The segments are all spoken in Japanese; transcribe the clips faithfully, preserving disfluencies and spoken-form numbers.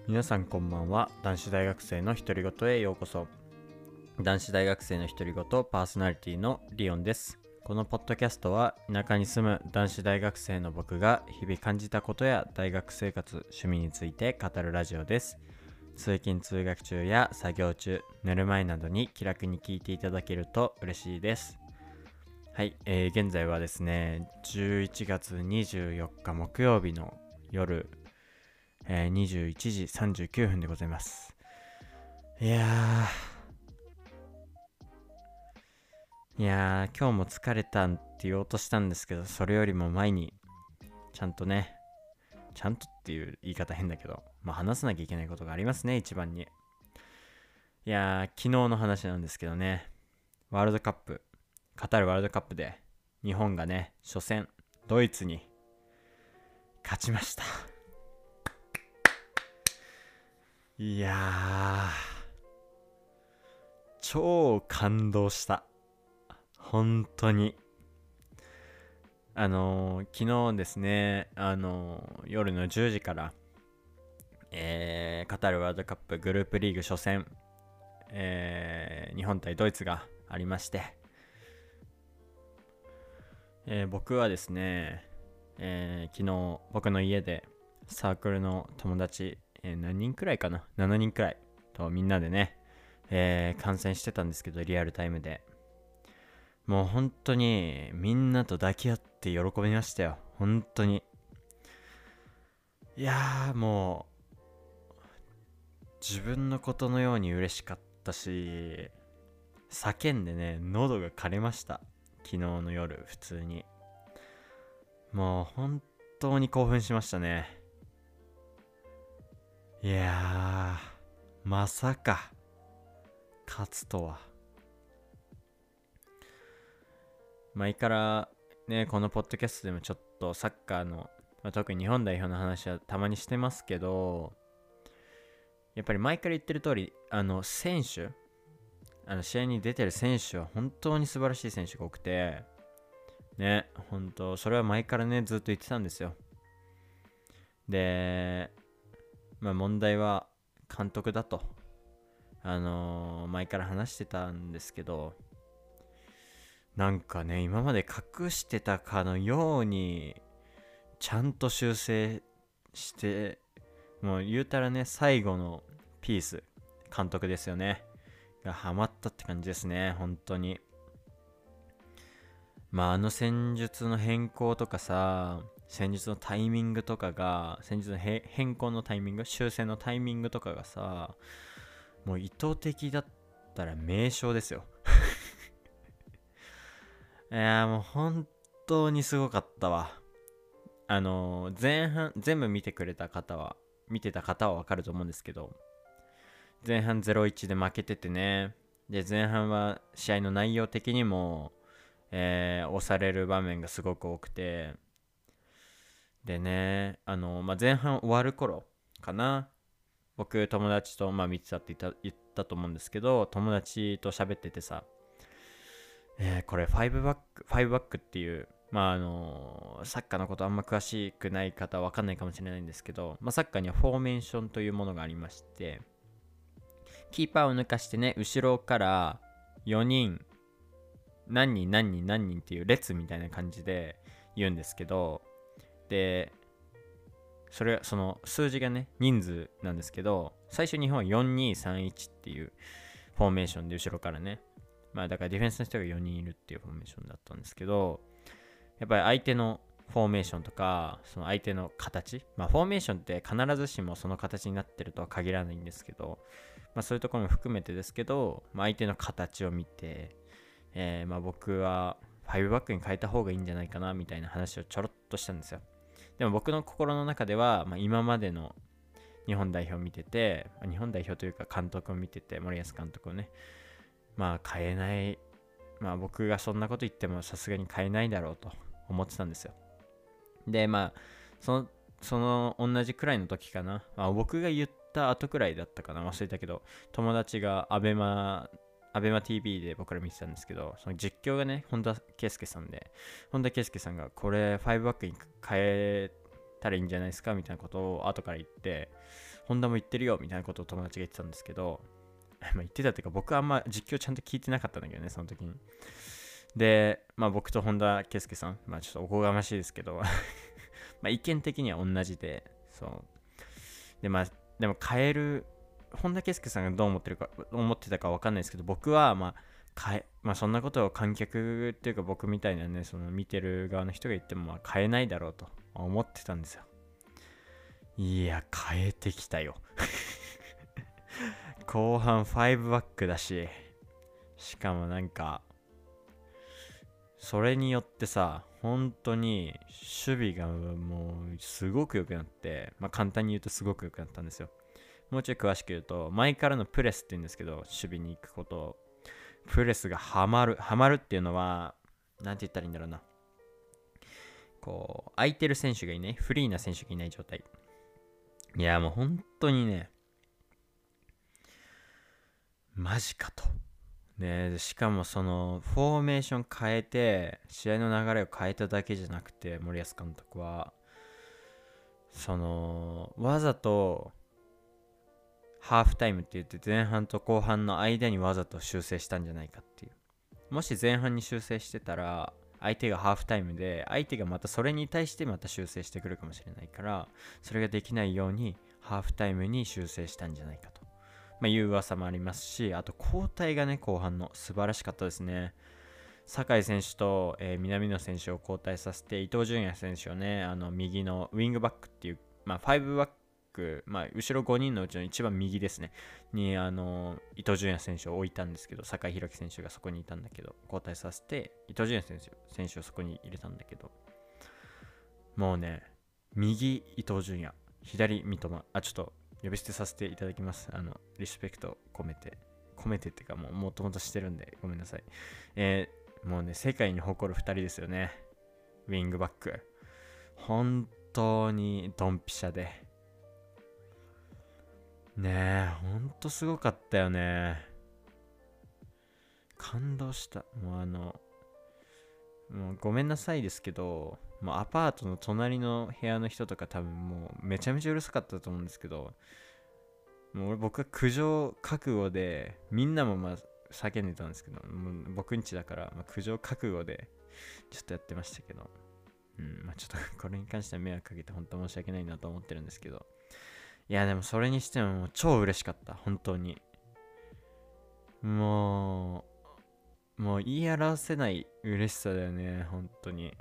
皆さんこんばんは。男子大学生の独り言へようこそ。男子大学生の独り言パーソナリティのリオンです。このポッドキャストは田舎に住む男子大学生の僕が日々感じたことや大学生活、趣味について語るラジオです。通勤通学中や作業中、寝る前などに気楽に聞いていただけると嬉しいです。はい、えー、現在はですねじゅういちがつにじゅうよっか木曜日の夜、えー、にじゅういちじさんじゅうきゅうふんでございます。いやーいやー今日も疲れたって言おうとしたんですけど、それよりも前にちゃんとねちゃんとっていう言い方変だけど、まあ話さなきゃいけないことがありますね。一番に、いやー昨日の話なんですけどね、ワールドカップ、カタールワールドカップで日本がね初戦ドイツに勝ちました。いやー超感動した、本当に。あのー、昨日ですね、あのー、夜のじゅうじから、えー、カタールワールドカップグループリーグ初戦、えー、日本対ドイツがありまして、えー、僕はですね、えー、昨日僕の家でサークルの友達、えー、何人くらいかなななにんくらいとみんなでね、えー、観戦してたんですけど、リアルタイムでもう本当にみんなと抱き合って喜びましたよ。本当に。いやーもう自分のことのように嬉しかったし、叫んでね喉が枯れました。昨日の夜普通にもう本当に興奮しましたね。いやーまさか勝つとは。前からねこのポッドキャストでもちょっとサッカーの、まあ、特に日本代表の話はたまにしてますけど、やっぱり前から言ってる通り、あの選手あの試合に出てる選手は本当に素晴らしい選手が多くてね、本当それは前からねずっと言ってたんですよ。で、まあ問題は監督だと、あのー前から話してたんですけど、なんかね今まで隠してたかのようにちゃんと修正して、もう言うたらね最後のピース監督ですよねがハマったって感じですね。本当に。まああの戦術の変更とかさ、戦術のタイミングとかが、戦術の変更のタイミング、修正のタイミングとかがさ、もう意図的だったら名将ですよ。いやもう本当にすごかったわ。あのー前半全部見てくれた方は見てた方はわかると思うんですけど、前半 ゼロたいいち で負けててね、で前半は試合の内容的にも、えー押される場面がすごく多くて、でね、あの、まあ、前半終わる頃かな、僕友達と、まあ、見てたって言った言ったと思うんですけど、友達と喋っててさ、えーこれファイブバックファイブバックっていう、まああのサッカーのことあんま詳しくない方は分かんないかもしれないんですけど、まあ、サッカーにはフォーメーションというものがありまして、キーパーを抜かしてね後ろからよにん、何人何人何人っていう列みたいな感じで言うんですけど、でそれその数字がね人数なんですけど、最初日本はよんにーさんいちっていうフォーメーションで後ろからね、まあだからディフェンスの人がよにんいるっていうフォーメーションだったんですけど、やっぱり相手のフォーメーションとかその相手の形、まあフォーメーションって必ずしもその形になってるとは限らないんですけど、まあそういうところも含めてですけど、まあ、相手の形を見て、えー、まあ僕はファイブバックに変えた方がいいんじゃないかなみたいな話をちょろっとしたんですよ。でも僕の心の中では、まあ、今までの日本代表を見てて、まあ、日本代表というか監督を見てて、森保監督をね、まあ変えない、まあ僕がそんなこと言ってもさすがに変えないだろうと思ってたんですよ。でまあそのその同じくらいの時かな、まあ、僕が言った後くらいだったかな忘れたけど、友達がアベマアベマ ティービー で僕ら見てたんですけど、その実況がね本田圭佑さんで、本田圭佑さんがこれファイブバックに変えたらいいんじゃないですかみたいなことを後から言って、 本田も言ってるよみたいなことを友達が言ってたんですけどまあ言ってたっていうか、僕はあんま実況ちゃんと聞いてなかったんだけどね、その時に。で、まあ僕と本田圭佑さん、まあちょっとおこがましいですけどまあ意見的には同じで、そう。で、まあ、でも変える、本田圭佑さんがどう思ってるか、思ってたか分かんないですけど、僕はまあ、変え、まあそんなことを観客っていうか僕みたいなね、その見てる側の人が言ってもまあ変えないだろうと思ってたんですよ。いや、変えてきたよ後半ファイブバックだし、しかもなんか、それによってさ、本当に守備がもうすごく良くなって、まあ簡単に言うとすごく良くなったんですよ。もうちょい詳しく言うと、前からのプレスって言うんですけど、守備に行くこと、プレスがハマる、ハマるっていうのは、なんて言ったらいいんだろうな。こう、空いてる選手がいない、フリーな選手がいない状態。いや、もう本当にね、マジかと。ね、しかもそのフォーメーション変えて試合の流れを変えただけじゃなくて、森保監督はそのわざとハーフタイムって言って前半と後半の間にわざと修正したんじゃないかっていう。もし前半に修正してたら相手がハーフタイムで相手がまたそれに対してまた修正してくるかもしれないから、それができないようにハーフタイムに修正したんじゃないかと、まあ、いう噂もありますし、あと交代がね、後半の素晴らしかったですね。酒井選手と、えー南野選手を交代させて、伊東純也選手をね、あの右のウィングバックっていう、まあ、ファイブバック、まあ、後ろごにんのうちの一番右ですね、に、あの伊東純也選手を置いたんですけど、酒井宏樹選手がそこにいたんだけど、交代させて、伊東純也選手選手をそこに入れたんだけど、もうね、右伊東純也、左三笘、あ、ちょっと呼び捨てさせていただきます。あの、リスペクト込めて、込めてっていうかもうもともとしてるんでごめんなさい。えー、もうね、世界に誇るふたりですよね。ウィングバック。本当にドンピシャで。ねえ、ほんとすごかったよね。感動した。もうあの、もうごめんなさいですけど、もうアパートの隣の部屋の人とか多分もうめちゃめちゃうるさかったと思うんですけど、もう俺僕は苦情覚悟で、みんなもまあ叫んでたんですけど、もう僕ん家だから、まあ、苦情覚悟でちょっとやってましたけど、うん、まあちょっとこれに関しては迷惑かけて本当申し訳ないなと思ってるんですけど、いやでもそれにしてももう超嬉しかった、本当に。もう、もう言い表せない嬉しさだよね、本当に。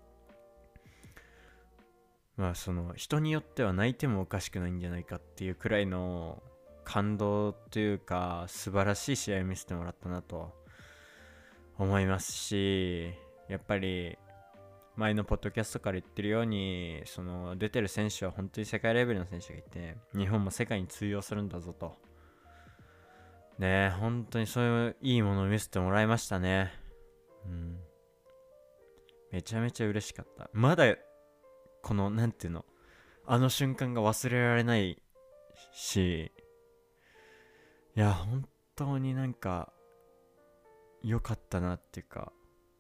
まあその人によっては泣いてもおかしくないんじゃないかっていうくらいの感動というか素晴らしい試合を見せてもらったなと思いますし、やっぱり前のポッドキャストから言ってるように、その出てる選手は本当に世界レベルの選手がいて、日本も世界に通用するんだぞとね、本当にそういういいものを見せてもらいましたね。うん、めちゃめちゃ嬉しかった。まだこのなんていうの、あの瞬間が忘れられないし、いや本当になんか良かったなっていうか、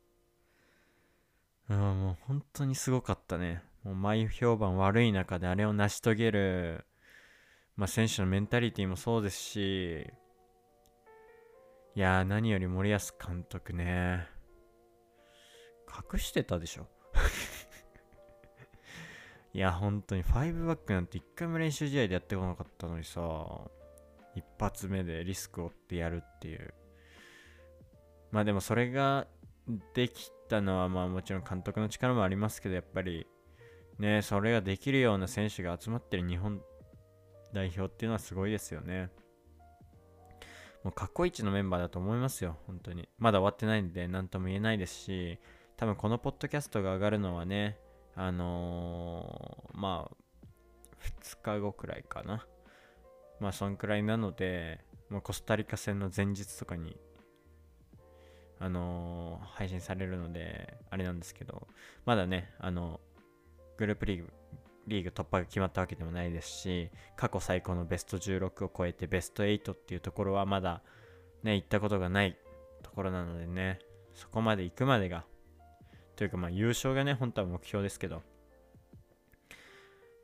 うん、もう本当にすごかったね。もう前評判悪い中であれを成し遂げる、まあ、選手のメンタリティもそうですし、いやー何より森保監督ね、隠してたでしょいや本当にファイブバックなんて一回も練習試合でやってこなかったのにさ、一発目でリスクを負ってやるっていう。まあでもそれができたのはまあもちろん監督の力もありますけど、やっぱりね、それができるような選手が集まってる日本代表っていうのはすごいですよね。もう過去一のメンバーだと思いますよ、本当に。まだ終わってないんで何とも言えないですし、多分このポッドキャストが上がるのはね、あのー、まあふつかごくらいかな。まあそんくらいなので、もうコスタリカ戦の前日とかにあのー配信されるのであれなんですけど、まだね、あのグループリーグリーグ突破が決まったわけでもないですし、過去最高のベストじゅうろくを超えてベストはちっていうところはまだね行ったことがないところなのでね、そこまで行くまでがというか、まあ優勝がね本当は目標ですけど、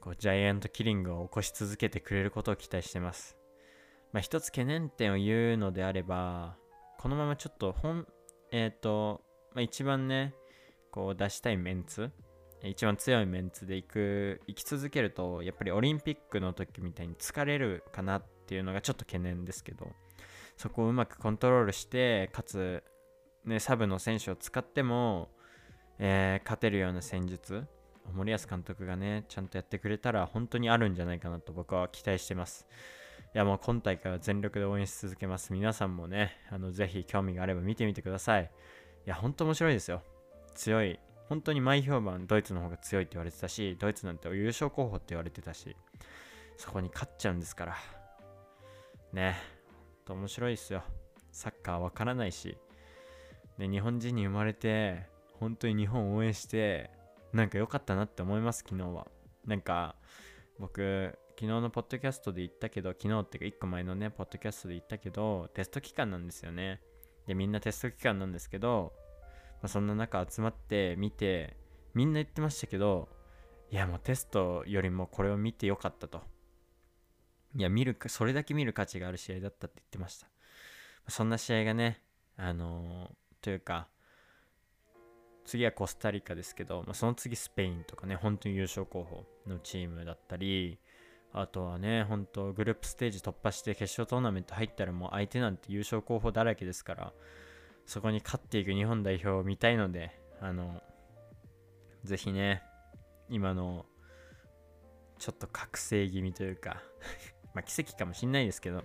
こうジャイアントキリングを起こし続けてくれることを期待してます。まあ一つ懸念点を言うのであれば、このままちょっと本えっ、ー、と、まあ、一番ねこう出したいメンツ、一番強いメンツで行く行き続けると、やっぱりオリンピックの時みたいに疲れるかなっていうのがちょっと懸念ですけど、そこをうまくコントロールして、かつねサブの選手を使っても、えー、勝てるような戦術、森保監督がねちゃんとやってくれたら本当にあるんじゃないかなと僕は期待してます。いやもう今大会は全力で応援し続けます。皆さんもね、あのぜひ興味があれば見てみてください。いや本当面白いですよ。強い、本当に前評判ドイツの方が強いって言われてたし、ドイツなんて優勝候補って言われてたし、そこに勝っちゃうんですからね。本当面白いですよ。サッカーわからないし、で日本人に生まれて本当に日本を応援してなんか良かったなって思います。昨日はなんか僕昨日のポッドキャストで言ったけど、昨日っていうかいっこまえのねポッドキャストで言ったけど、テスト期間なんですよね。でみんなテスト期間なんですけど、まあ、そんな中集まって見て、みんな言ってましたけど、いやもうテストよりもこれを見てよかったと、いや見るそれだけ見る価値がある試合だったって言ってました。そんな試合がね、あのー、というか次はコスタリカですけど、まあ、その次スペインとかね、本当に優勝候補のチームだったり、あとはね、本当グループステージ突破して決勝トーナメント入ったらもう相手なんて優勝候補だらけですから、そこに勝っていく日本代表を見たいので、あのぜひね、今のちょっと覚醒気味というかまあ奇跡かもしんないですけど、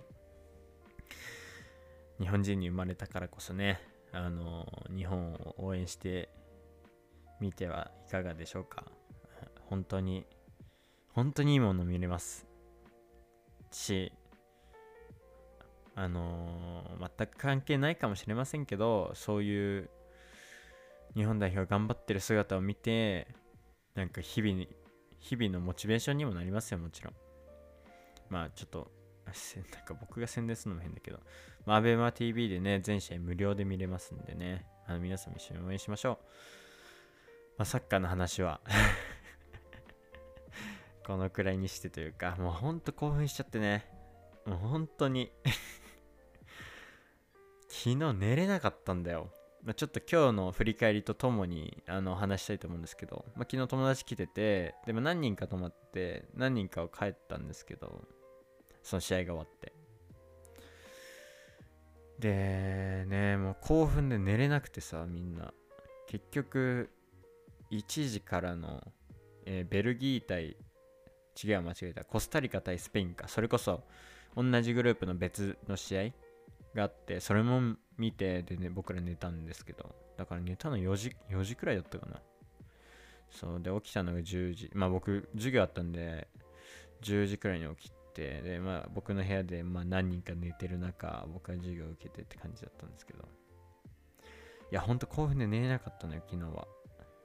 日本人に生まれたからこそね、あの日本を応援してみてはいかがでしょうか。本当に本当にいいもの見れますし、あのー、全く関係ないかもしれませんけど、そういう日本代表頑張ってる姿を見て、なんか日々に日々のモチベーションにもなりますよ。もちろんまあちょっとなんか僕が宣伝するのも変だけど、まあ、アベマ ティーブイ でね全試合無料で見れますんでね、あの皆さんも一緒に応援しましょう。まあ、サッカーの話はこのくらいにしてというか、もうほんと興奮しちゃってね、もう本当に昨日寝れなかったんだよ。まあ、ちょっと今日の振り返りとともにあの話したいと思うんですけど、まあ、昨日友達来てて、でも何人か泊まって何人かを帰ったんですけど、その試合が終わって、でね、もう興奮で寝れなくてさ、みんな結局いちじからの、えーベルギー対、違う間違えた、コスタリカ対スペインか、それこそ同じグループの別の試合があって、それも見て、でね僕ら寝たんですけど、だから寝たのよじよじくらいだったかな。そうで起きたのがじゅうじ、まあ僕授業あったんでじゅうじくらいに起きて、でまあ僕の部屋でまあ何人か寝てる中、僕は授業を受けてって感じだったんですけど、いやほんと興奮で寝れなかったのよ昨日は。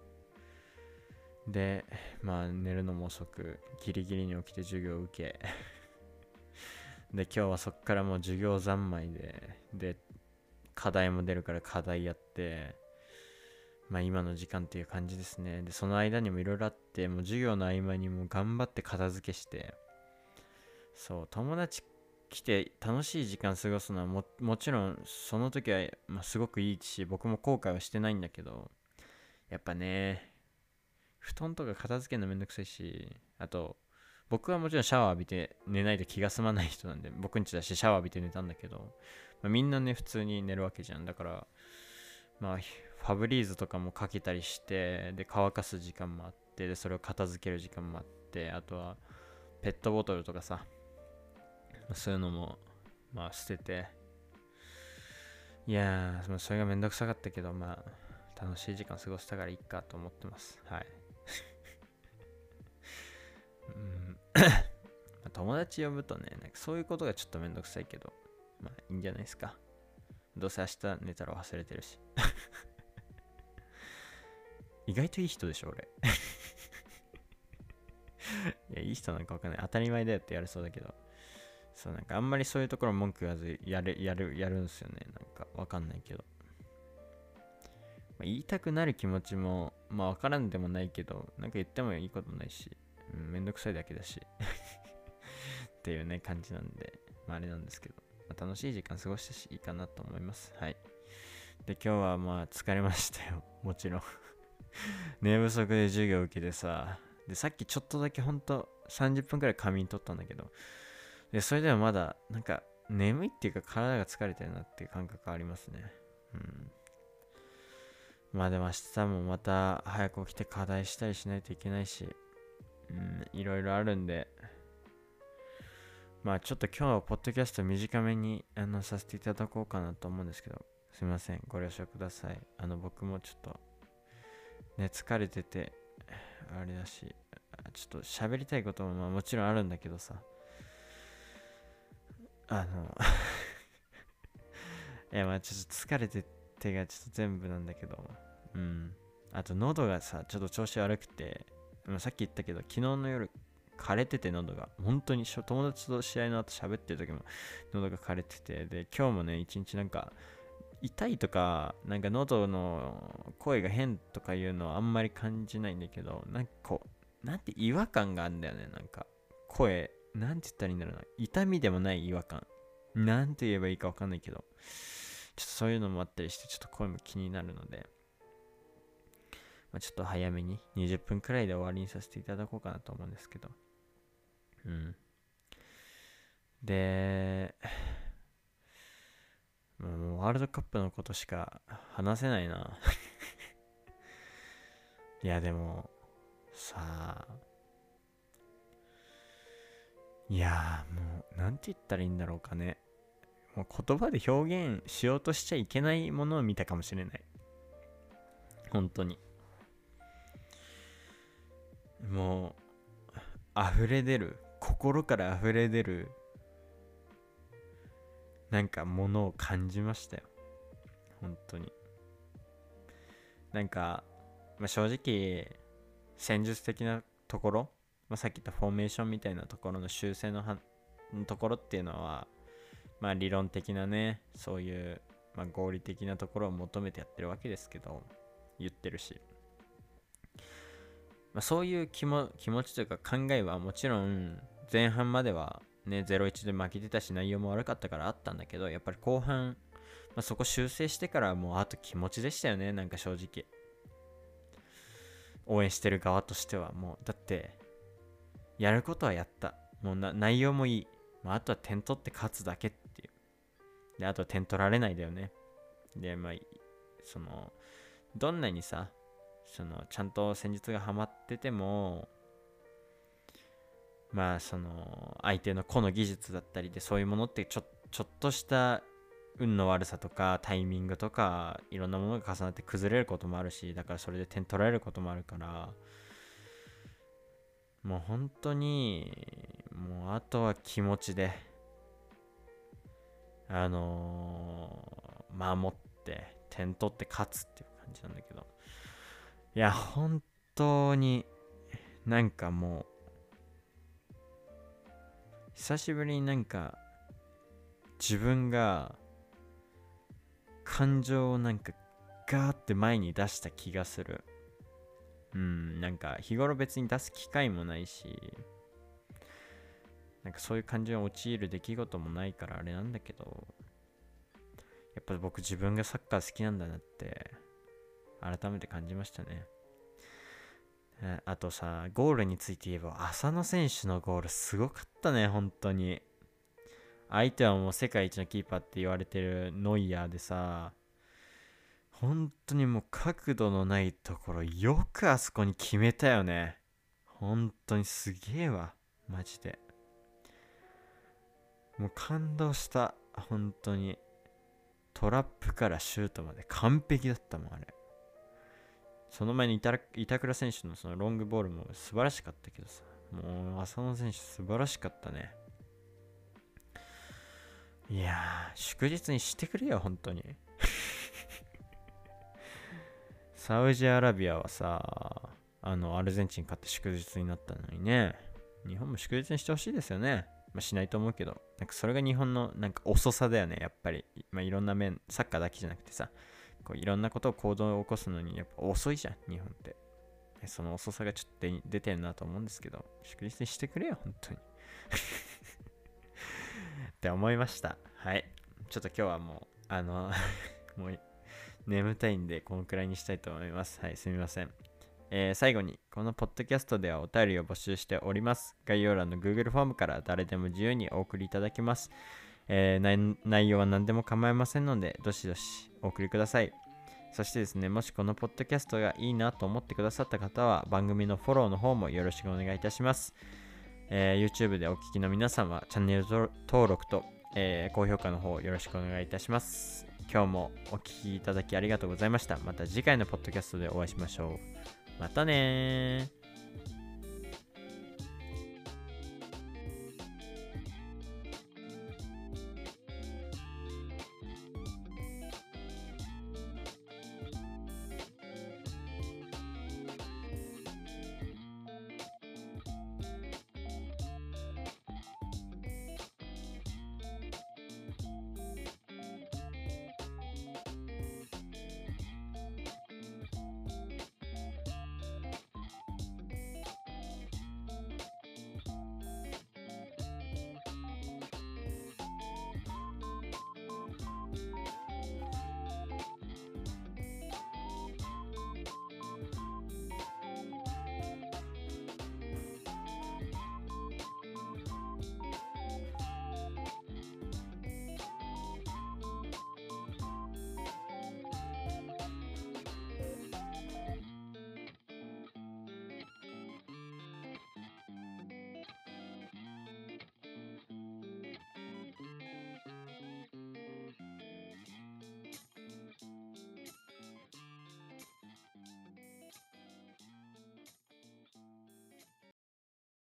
でまあ寝るのも遅く、ギリギリに起きて授業を受けで今日はそっからもう授業三昧で、で課題も出るから課題やって、まあ今の時間っていう感じですね。でその間にもいろいろあって、もう授業の合間にも頑張って片付けして、そう友達来て楽しい時間過ごすのは も, もちろんその時は、まあ、すごくいいし、僕も後悔はしてないんだけど、やっぱね布団とか片付けるのめんどくさいし、あと僕はもちろんシャワー浴びて寝ないと気が済まない人なんで、僕ん家だしシャワー浴びて寝たんだけど、まあ、みんなね普通に寝るわけじゃん。だからまあファブリーズとかもかけたりして、で乾かす時間もあって、でそれを片付ける時間もあって、あとはペットボトルとかさ、そういうのもまあ捨てて、いやーそれがめんどくさかったけど、まあ楽しい時間過ごせたからいいかと思ってます。はいうん友達呼ぶとね、なんかそういうことがちょっとめんどくさいけど、まあいいんじゃないですか。どうせ明日寝たら忘れてるし意外といい人でしょ俺いやいい人なんかわかんない、当たり前だよってやるそうだけど、そうなんかあんまりそういうところ文句言わずやるやるやるんすよね。なんかわかんないけど、まあ、言いたくなる気持ちもまあわからんでもないけど、なんか言ってもいいことないし、うめんどくさいだけだしっていうね感じなんで、まああれなんですけど、まあ、楽しい時間過ごしたしいいかなと思います。はい。で今日はまあ疲れましたよもちろん寝不足で授業受けてさ、でさっきちょっとだけほんとさんじゅっぷんくらい仮眠取ったんだけど、でそれでもまだなんか眠いっていうか体が疲れてるなっていう感覚ありますね。うん。まあでも明日もまた早く起きて課題したりしないといけないし、うん、いろいろあるんで、まあちょっと今日はポッドキャスト短めにあのさせていただこうかなと思うんですけど、すいません、ご了承ください。あの僕もちょっとね疲れててあれだし、ちょっと喋りたいこともまあもちろんあるんだけどさ、あのいやまあちょっと疲れて手がちょっと全部なんだけど、うん。あと喉がさ、ちょっと調子悪くて、さっき言ったけど、昨日の夜枯れてて喉が、本当に友達と試合の後喋ってる時も喉が枯れてて、で、今日もね、一日なんか、痛いとか、なんか喉の声が変とかいうのはあんまり感じないんだけど、なんかこう、なんて違和感があるんだよね、なんか。声、なんて言ったらいいんだろうな。痛みでもない違和感。なんて言えばいいかわかんないけど、ちょっとそういうのもあったりして、ちょっと声も気になるので、まあ、ちょっと早めににじゅっぷんくらいで終わりにさせていただこうかなと思うんですけど。うん。で、もうワールドカップのことしか話せないな。いやでも、さあ、いやもう、なんて言ったらいいんだろうかね。もう言葉で表現しようとしちゃいけないものを見たかもしれない。本当に。もう、溢れ出る、心から溢れ出る、なんかものを感じましたよ。本当に。なんか、まあ、正直、戦術的なところ、まあ、さっき言ったフォーメーションみたいなところの修正のはところっていうのは、まあ理論的なね、そういう、まあ、合理的なところを求めてやってるわけですけど、言ってるし。まあ、そういう気も気持ちというか考えはもちろん前半まではねゼロいちで負けてたし内容も悪かったからあったんだけど、やっぱり後半、まあ、そこ修正してからもうあと気持ちでしたよね。なんか正直応援してる側としてはもうだってやることはやった、もうな内容もいい、まあ、あとは点取って勝つだけっていう、であとは点取られないだよね。でまあそのどんなにさそのちゃんと戦術がハマってても、まあその相手の個の技術だったりでそういうものってちょちょっとした運の悪さとかタイミングとかいろんなものが重なって崩れることもあるし、だからそれで点取られることもあるから、もう本当にもうあとは気持ちであのー、守って点取って勝つっていう感じなんだけど、いや本当になんかもう久しぶりになんか自分が感情をなんかガーって前に出した気がする。うん、なんか日頃別に出す機会もないし、なんかそういう感情に陥る出来事もないからあれなんだけど、やっぱ僕自分がサッカー好きなんだなって改めて感じましたね。あとさ、ゴールについて言えば浅野選手のゴールすごかったね。本当に相手はもう世界一のキーパーって言われてるノイアーでさ、本当にもう角度のないところよくあそこに決めたよね。本当にすげえわマジで。もう感動した。本当にトラップからシュートまで完璧だったもんあれ。その前に板倉選手のそのロングボールも素晴らしかったけどさ、もう浅野選手素晴らしかったね。いやー祝日にしてくれよ本当にサウジアラビアはさ、あのアルゼンチン勝って祝日になったのにね、日本も祝日にしてほしいですよね。まあ、しないと思うけど、なんかそれが日本のなんか遅さだよねやっぱり。まあ、いろんな面、サッカーだけじゃなくてさ、こういろんなことを行動を起こすのにやっぱ遅いじゃん日本って。 その遅さがちょっと出てるなと思うんですけど、祝日にしてくれよ本当にって思いました。はい、ちょっと今日はもうあのもう眠たいんでこのくらいにしたいと思います。はい、すみません。えー最後にこのポッドキャストではお便りを募集しております。概要欄の Google フォームから誰でも自由にお送りいただけます。えー内内容は何でも構いませんのでどしどしお送りください。そしてですね、もしこのポッドキャストがいいなと思ってくださった方は番組のフォローの方もよろしくお願いいたします。えー YouTube でお聞きの皆さんはチャンネル登録と、えー高評価の方よろしくお願いいたします。今日もお聞きいただきありがとうございました。また次回のポッドキャストでお会いしましょう。またねー。